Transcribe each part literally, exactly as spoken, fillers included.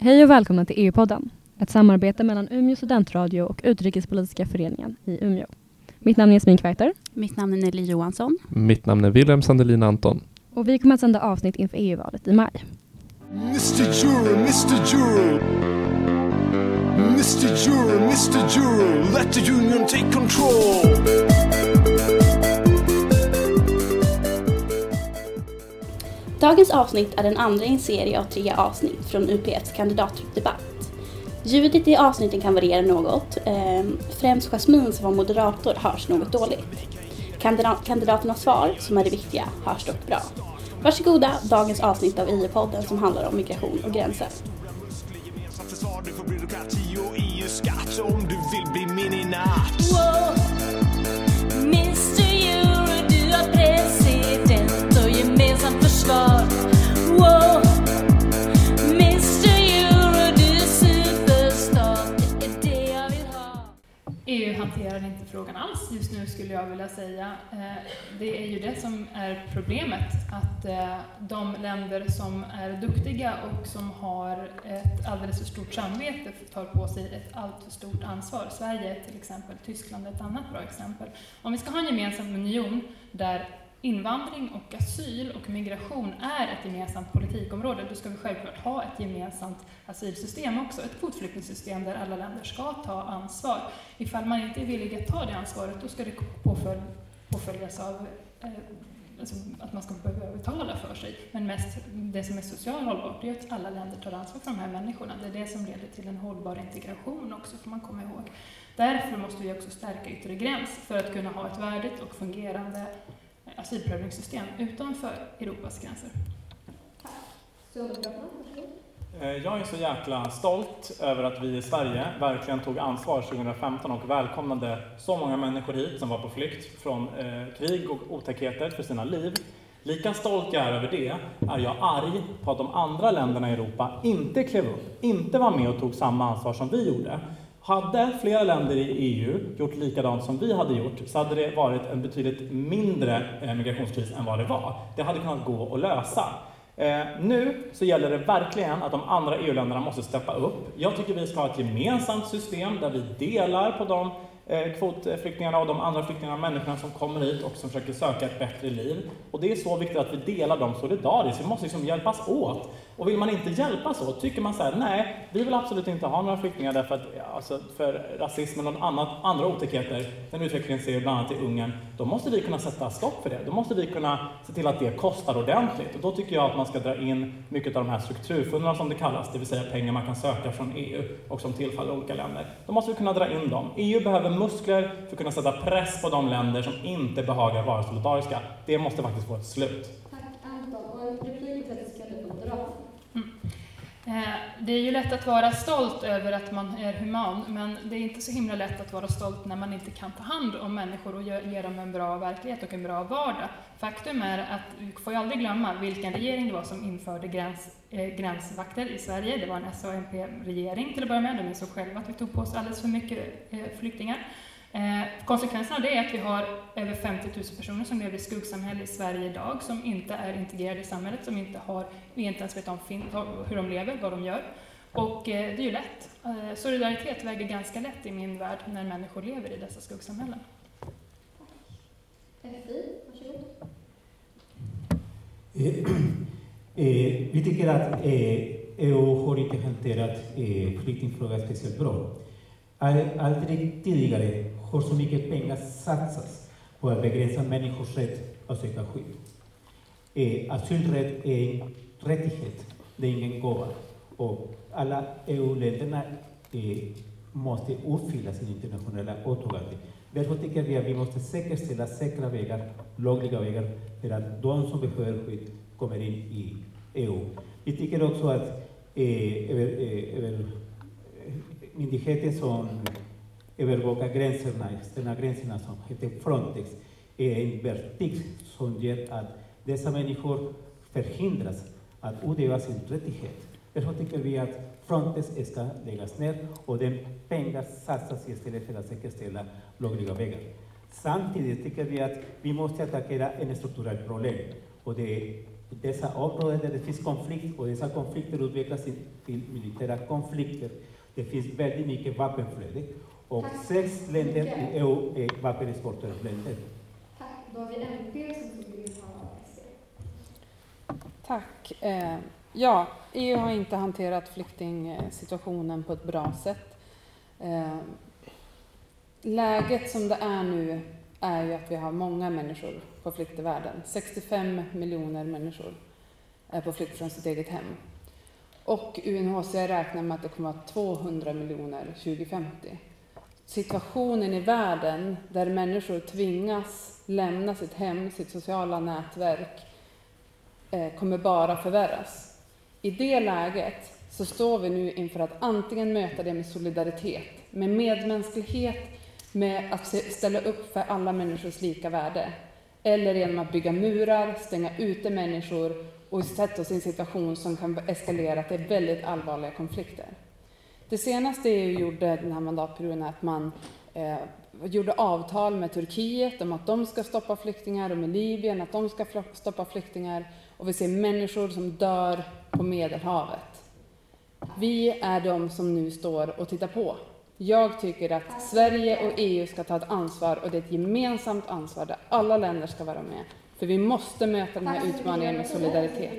Hej och välkomna till E U-podden, ett samarbete mellan Umeå studentradio och Utrikespolitiska föreningen i Umeå. Mitt namn är Jasmin Kvarter. Mitt namn är Nelly Johansson. Mitt namn är Wilhelm Sandelin Anton. Och vi kommer att sända avsnitt inför E U-valet i maj. mister Juro, mister Juro. mister Juro, mister Juro. Let the union take control. Dagens avsnitt är den andra i en serie av tre avsnitt från U P F:s kandidatdebatt. Ljudet i avsnitten kan variera något. Främst Jasmin som var moderator hörs något dåligt. Kandidaternas svar, som är det viktiga, hörs dock bra. Varsågoda, dagens avsnitt av I U-podden som handlar om migration och gränser. Wow. mister Euro, du är president och gemensamt försvar. Wow. mister Euro, du är superstat, det är det jag vill ha. E U hanterar inte frågan alls just nu, skulle jag vilja säga. Det är ju det som är problemet, att de länder som är duktiga och som har ett alldeles för stort samvete tar på sig ett allt för stort ansvar. Sverige är till exempel, Tyskland är ett annat bra exempel. Om vi ska ha en gemensam union där invandring och asyl och migration är ett gemensamt politikområde, då ska vi självklart ha ett gemensamt asylsystem också, ett kvotflyktingsystem där alla länder ska ta ansvar. Ifall man inte är villig att ta det ansvaret, då ska det påfölj, påföljas av eh, alltså att man ska behöva betala för sig. Men mest det som är socialt hållbart är att alla länder tar ansvar för de här människorna. Det är det som leder till en hållbar integration också, får man komma ihåg. Därför måste vi också stärka yttre gräns för att kunna ha ett värdigt och fungerande asylprövningssystem utanför Europas gränser. Jag är så jäkla stolt över att vi i Sverige verkligen tog ansvar tjugohundrafemton och välkomnade så många människor hit som var på flykt från eh, krig och otäckheter för sina liv. Lika stolt jag är över det är jag arg på att de andra länderna i Europa inte klev upp, inte var med och tog samma ansvar som vi gjorde. Hade flera länder i E U gjort likadant som vi hade gjort, så hade det varit en betydligt mindre migrationskris än vad det var. Det hade kunnat gå att lösa. Eh, nu så gäller det verkligen att de andra E U-länderna måste steppa upp. Jag tycker vi ska ha ett gemensamt system där vi delar på de eh, kvotflyktingarna och de andra flyktingarna, människorna som kommer hit och som försöker söka ett bättre liv. Och det är så viktigt att vi delar dem solidariskt. Vi måste liksom hjälpas åt. Och vill man inte hjälpas åt, tycker man så här, nej, vi vill absolut inte ha några flyktingar därför att alltså, för rasismen och annat, andra otäckheter, den utvecklingen ser bland annat i Ungern, då måste vi kunna sätta stopp för det. Då måste vi kunna se till att det kostar ordentligt. Och då tycker jag att man ska dra in mycket av de här strukturfonderna som det kallas, det vill säga pengar man kan söka från E U och som tillfaller olika länder. Då måste vi kunna dra in dem. E U behöver muskler för att kunna sätta press på de länder som inte behagar vara solidariska. Det måste faktiskt få ett slut. Tack Anton. Och en replik till ska du få dra. Det är ju lätt att vara stolt över att man är human, men det är inte så himla lätt att vara stolt när man inte kan ta hand om människor och ge dem en bra verklighet och en bra vardag. Faktum är att vi får ju aldrig glömma vilken regering det var som införde gräns, eh, gränsvakter i Sverige. Det var en S A M P-regering till att börja med. De insåg själva att vi tog på oss alldeles för mycket eh, flyktingar. Eh, konsekvenserna av det är att vi har över femtio tusen personer som lever i skuggsamhälle i Sverige idag, som inte är integrerade i samhället, som inte har, vi inte ens vet om hur de lever, vad de gör. Och eh, det är ju lätt. Eh, solidaritet väger ganska lätt i min värld när människor lever i dessa skuggsamhällen. F I, varsågod. Eh, eh, vi tycker att eh, E U har inte hanterat eh, flyktingfrågan speciellt bra. Aldrig tidigare har så mycket pengar satsats på att begränsa människors rätt att söka skydd. Eh, asylrätt är en rättighet, det är ingen gåva. Och alla E U-länderna eh, måste uppfylla sina internationella åtaganden. Därför tycker vi att vi måste säkerställa säkra vägar, lagliga vägar, för att de som behöver skydd kommer in i E U. Vi tycker också att eh, över, eh, över myndigheten som övervakar gränserna, externa gränserna som heter Frontex, är en verktyg som gör att dessa människor förhindras att utöva sin rättighet. Därför tycker vi att Frontex ska läggas ner och den pengar satsas istället för att säkerställa lagliga vägar. Samtidigt tycker vi att vi måste attackera en strukturell problem, och det är dessa områden där det finns konflikt och dessa konflikter utvecklas till militära konflikter. Det finns väldigt mycket vapenflöde och Tack. sex länder i E U är vapenexportländer. Tack. Då har vi M P som vill ha S D. Tack. Eh, ja, E U har inte hanterat flyktingsituationen på ett bra sätt. Eh, läget som det är nu är ju att vi har många människor på flykt i världen. sextiofem miljoner människor är på flykt från sitt eget hem. Och U N H C R räknar med att det kommer att vara tvåhundra miljoner tjugo femtio. Situationen i världen där människor tvingas lämna sitt hem, sitt sociala nätverk, eh, kommer bara förvärras. I det läget så står vi nu inför att antingen möta det med solidaritet, med medmänsklighet, med att ställa upp för alla människors lika värde, eller genom att bygga murar, stänga ute människor och sätta oss i en situation som kan eskalera till väldigt allvarliga konflikter. Det senaste E U gjorde den här mandatperioden är att man eh, gjorde avtal med Turkiet om att de ska stoppa flyktingar och med Libyen att de ska stoppa flyktingar, och vi ser människor som dör på Medelhavet. Vi är de som nu står och tittar på. Jag tycker att Sverige och E U ska ta ett ansvar, och det är ett gemensamt ansvar där alla länder ska vara med. För vi måste möta den här utmaningen med solidaritet.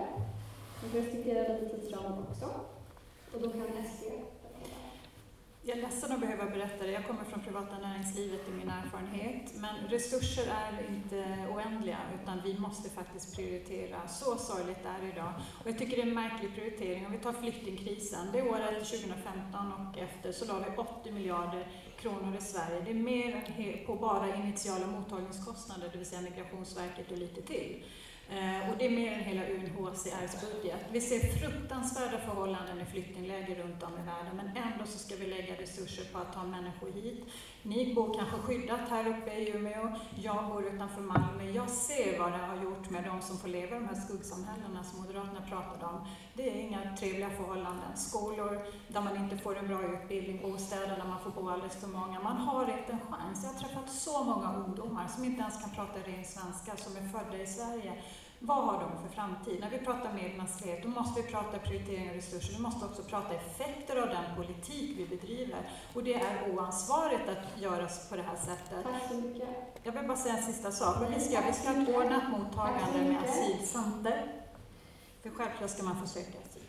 Vi respekterar lite tidsramen också. Och då kan S D. Jag är ledsen att behöva berätta det. Jag kommer från privata näringslivet i min erfarenhet. Men resurser är inte oändliga, utan vi måste faktiskt prioritera. Så sorgligt är det idag. Och jag tycker det är en märklig prioritering. Om vi tar flyktingkrisen, det året tjugo femton och efter så la vi åttio miljarder kronor i Sverige. Det är mer på bara initiala mottagningskostnader, det vill säga Migrationsverket och lite till. Och det är mer än hela U N H C R:s budget. Vi ser fruktansvärda förhållanden i flyktingläger runt om i världen, men ändå så ska vi lägga resurser på att ta människor hit. Ni bor kanske skyddat här uppe i Umeå, jag bor utanför Malmö. Jag ser vad det har gjort med de som får leva i de här skuggsamhällena som Moderaterna pratade om. Det är inga trevliga förhållanden. Skolor där man inte får en bra utbildning, bostäder där man får bo alldeles för många. Man har inte en chans. Jag har träffat så många ungdomar som inte ens kan prata ren svenska, som är födda i Sverige. Vad har de för framtid? När vi pratar medmänsklighet, då måste vi prata prioritering och resurser. Vi måste också prata effekter av den politik vi bedriver. Och det är oansvarigt att göra på det här sättet. Tack så mycket. Jag vill bara säga en sista sak. Vi ska, vi ska ha ett ordnat mottagande med asylcenter. För självklart ska man få söka asyl.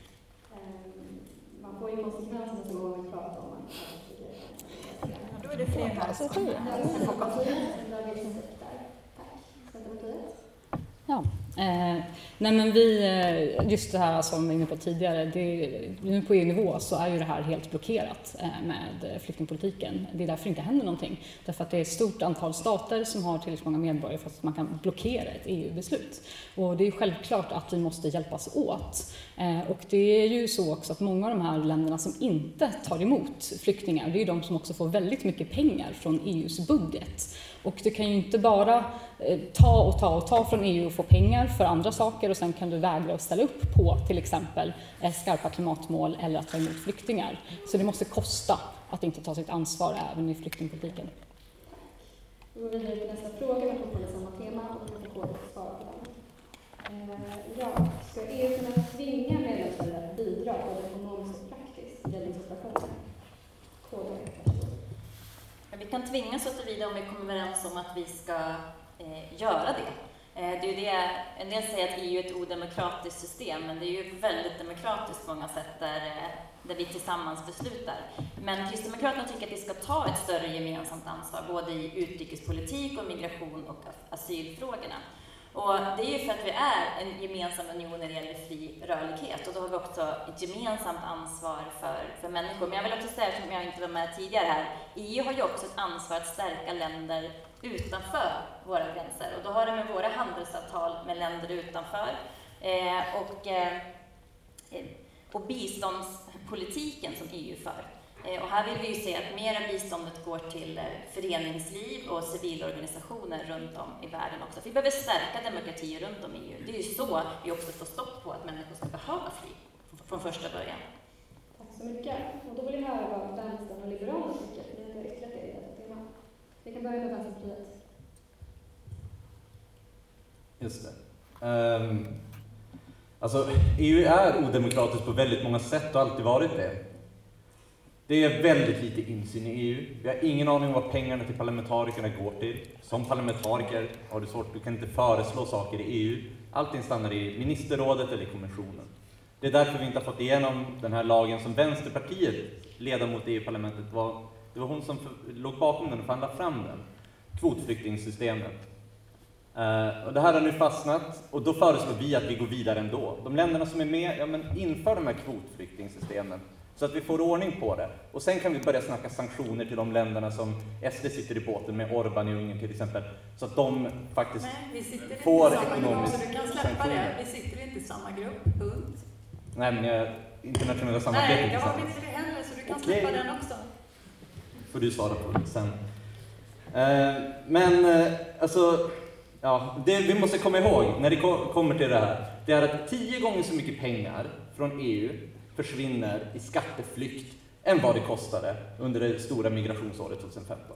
Man får ju konsekvenserna som många pratar om. Ja, då är det fler här som får Ja, eh, nej men vi, just det här som vi var inne på tidigare, det, nu på E U-nivå så är ju det här helt blockerat eh, med flyktingpolitiken. Det är därför det inte händer någonting. Därför att det är ett stort antal stater som har tillräckligt många medborgare för att man kan blockera ett E U-beslut. Och det är ju självklart att vi måste hjälpas åt. Eh, och det är ju så också att många av de här länderna som inte tar emot flyktingar, det är ju de som också får väldigt mycket pengar från E U:s budget. Och du kan ju inte bara eh, ta och ta och ta från E U och få pengar för andra saker och sen kan du vägra att ställa upp på till exempel eh, skarpa klimatmål eller att ta emot flyktingar. Så det måste kosta att inte ta sitt ansvar även i flyktingpolitiken. Vi går vidare till nästa fråga, men på samma tema och vi får svara på den. Eh, ja, ska E U kunna tvinga medlemsländer att bidra både ekonomiskt och praktiskt i räddningsoperationer? Vi kan tvingas åt det vidare om vi kommer överens om att vi ska eh, göra det. Eh, det är ju det, en del säger att E U är ett odemokratiskt system, men det är ju väldigt demokratiskt på många sätt där, där vi tillsammans beslutar. Men Kristdemokraterna tycker att vi ska ta ett större gemensamt ansvar både i utrikespolitik och migration och asylfrågorna. Och det är ju för att vi är en gemensam union när det gäller fri rörlighet, och då har vi också ett gemensamt ansvar för, för människor. Men jag vill också säga, som jag inte var med tidigare här, E U har ju också ett ansvar att stärka länder utanför våra gränser. Och då har det med våra handelsavtal med länder utanför eh, och, eh, och biståndspolitiken som E U för. Och här vill vi ju se att mer av biståndet går till föreningsliv och civilorganisationer runt om i världen också. Vi behöver stärka demokratier runt om i E U. Det är ju så vi också får stopp på att människor ska behöva fly från första början. Tack så mycket. Och då vill jag höra vad Vänstern och Liberalerna tycker. Ni har yttrat er i detta tema. Vi kan börja med Vänsterpartiet. Just det. Um... Alltså, E U är odemokratiskt på väldigt många sätt och alltid varit det. Det är väldigt lite insyn i E U. Vi har ingen aning om vad pengarna till parlamentarikerna går till. Som parlamentariker har du svårt, du kan inte föreslå saker i E U. Allting stannar i ministerrådet eller i kommissionen. Det är därför vi inte har fått igenom den här lagen som Vänsterpartiet, ledamot i E U-parlamentet, var, det var hon som för, låg bakom den och förhandlade fram den. Kvotflyktingsystemet. Uh, och det här har nu fastnat och då föreslår vi att vi går vidare ändå. De länderna som är med, ja men inför de här kvotflyktingsystemen så att vi får ordning på det. Och sen kan vi börja snacka sanktioner till de länderna som S D sitter i båten med, Orban i Ungern till exempel, så att de faktiskt Nej, vi sitter får inte i samma ekonomisk grupp, så du kan släppa sanktioner. det. Vi sitter inte i samma grupp, punkt. Nej, men jag, internationella samarbeten. Nej, jag har inte det heller, så du kan Okej. släppa den också. Får du svara på det sen. Uh, men uh, alltså, ja, det vi måste komma ihåg när det ko- kommer till det här, det är att tio gånger så mycket pengar från E U försvinner i skatteflykt än vad det kostade under det stora migrationsåret tjugohundrafemton.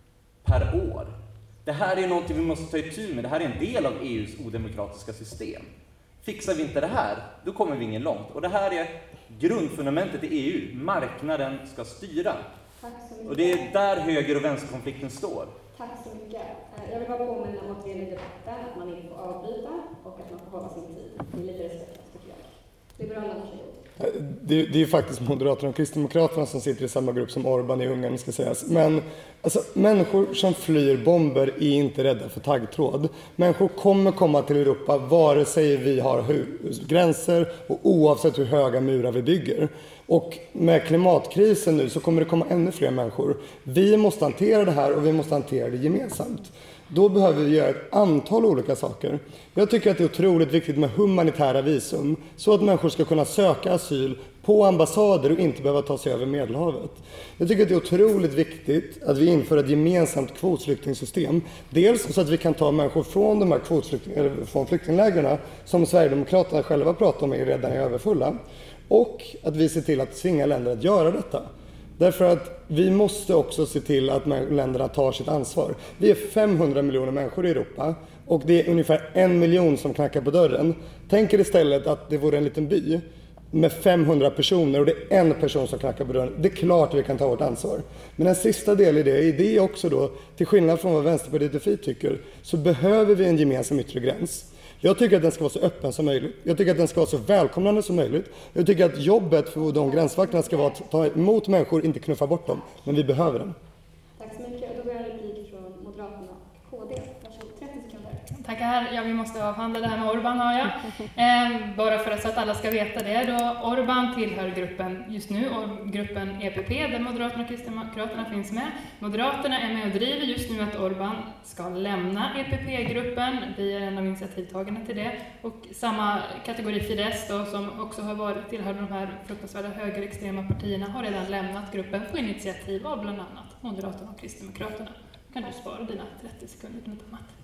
Per år. Det här är någonting vi måste ta itu med. Det här är en del av E U:s odemokratiska system. Fixar vi inte det här, då kommer vi ingen långt. Och det här är grundfundamentet i E U. Marknaden ska styra. Tack så mycket. Och det är där höger- och vänsterkonflikten står. Tack så mycket. Eh, Jag vill bara påminna om att vi är i debatten, att man inte får avbryta och att man får hålla sin tid. Det är lite respektlöst tycker jag. Liberalerna, varsågod. Det, det är faktiskt Moderaterna och Kristdemokraterna som sitter i samma grupp som Orban i Ungern, ska sägas. Men alltså, människor som flyr bomber är inte rädda för taggtråd. Människor kommer komma till Europa vare sig vi har hu- gränser och oavsett hur höga murar vi bygger. Och med klimatkrisen nu så kommer det komma ännu fler människor. Vi måste hantera det här och vi måste hantera det gemensamt. Då behöver vi göra ett antal olika saker. Jag tycker att det är otroligt viktigt med humanitära visum så att människor ska kunna söka asyl på ambassader och inte behöva ta sig över Medelhavet. Jag tycker att det är otroligt viktigt att vi inför ett gemensamt kvotflyktingsystem. Dels så att vi kan ta människor från de här kvotflykting- eller från flyktinglägren som Sverigedemokraterna själva pratar om är redan överfulla. Och att vi ser till att tvinga länder att göra detta. Därför att vi måste också se till att länderna tar sitt ansvar. Vi är femhundra miljoner människor i Europa och det är ungefär en miljon som knackar på dörren. Tänk er istället att det vore en liten by med femhundra personer och det är en person som knackar på dörren. Det är klart att vi kan ta vårt ansvar. Men en sista del i det är det också då, till skillnad från vad Vänsterpartiet och Fi tycker, så behöver vi en gemensam yttre gräns. Jag tycker att den ska vara så öppen som möjligt. Jag tycker att den ska vara så välkomnande som möjligt. Jag tycker att jobbet för de gränsvakterna ska vara att ta emot människor, inte knuffa bort dem. Men vi behöver den. Tack så mycket. Då börjar en replik från Moderaterna och K D. Varsågod, trettio sekunder. Tackar. Ja, vi måste avhandla det här med Orban, har jag. Eh, bara för att, så att alla ska veta det. Då Orban tillhör gruppen just nu, och gruppen E P P, där Moderaterna och Kristdemokraterna finns med. Moderaterna är med och driver just nu att Orban ska lämna E P P-gruppen. Vi är en av initiativtagarna till det. Och samma kategori Fidesz då, som också har varit tillhör de här fruktansvärda högerextrema partierna, har redan lämnat gruppen på initiativ av bland annat Moderaterna och Kristdemokraterna. Kan du spara dina trettio sekunder till något annat?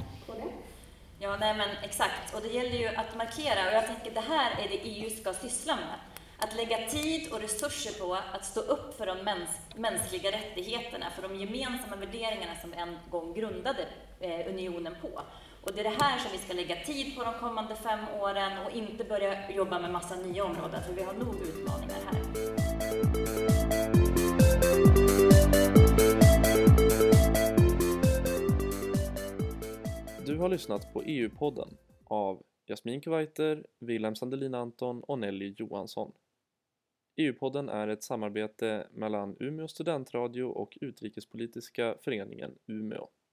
Ja, nej men exakt. Och det gäller ju att markera, och jag tänker det här är det E U ska syssla med. Att lägga tid och resurser på att stå upp för de mäns- mänskliga rättigheterna, för de gemensamma värderingarna som en gång grundade eh, unionen på. Och det är det här som vi ska lägga tid på de kommande fem åren och inte börja jobba med massa nya områden, för vi har nog utmaningar här. Du har lyssnat på E U-podden av Jasmin Kveiter, Wilhelm Sandelin Anton och Nelly Johansson. E U-podden är ett samarbete mellan Umeå studentradio och Utrikespolitiska föreningen Umeå.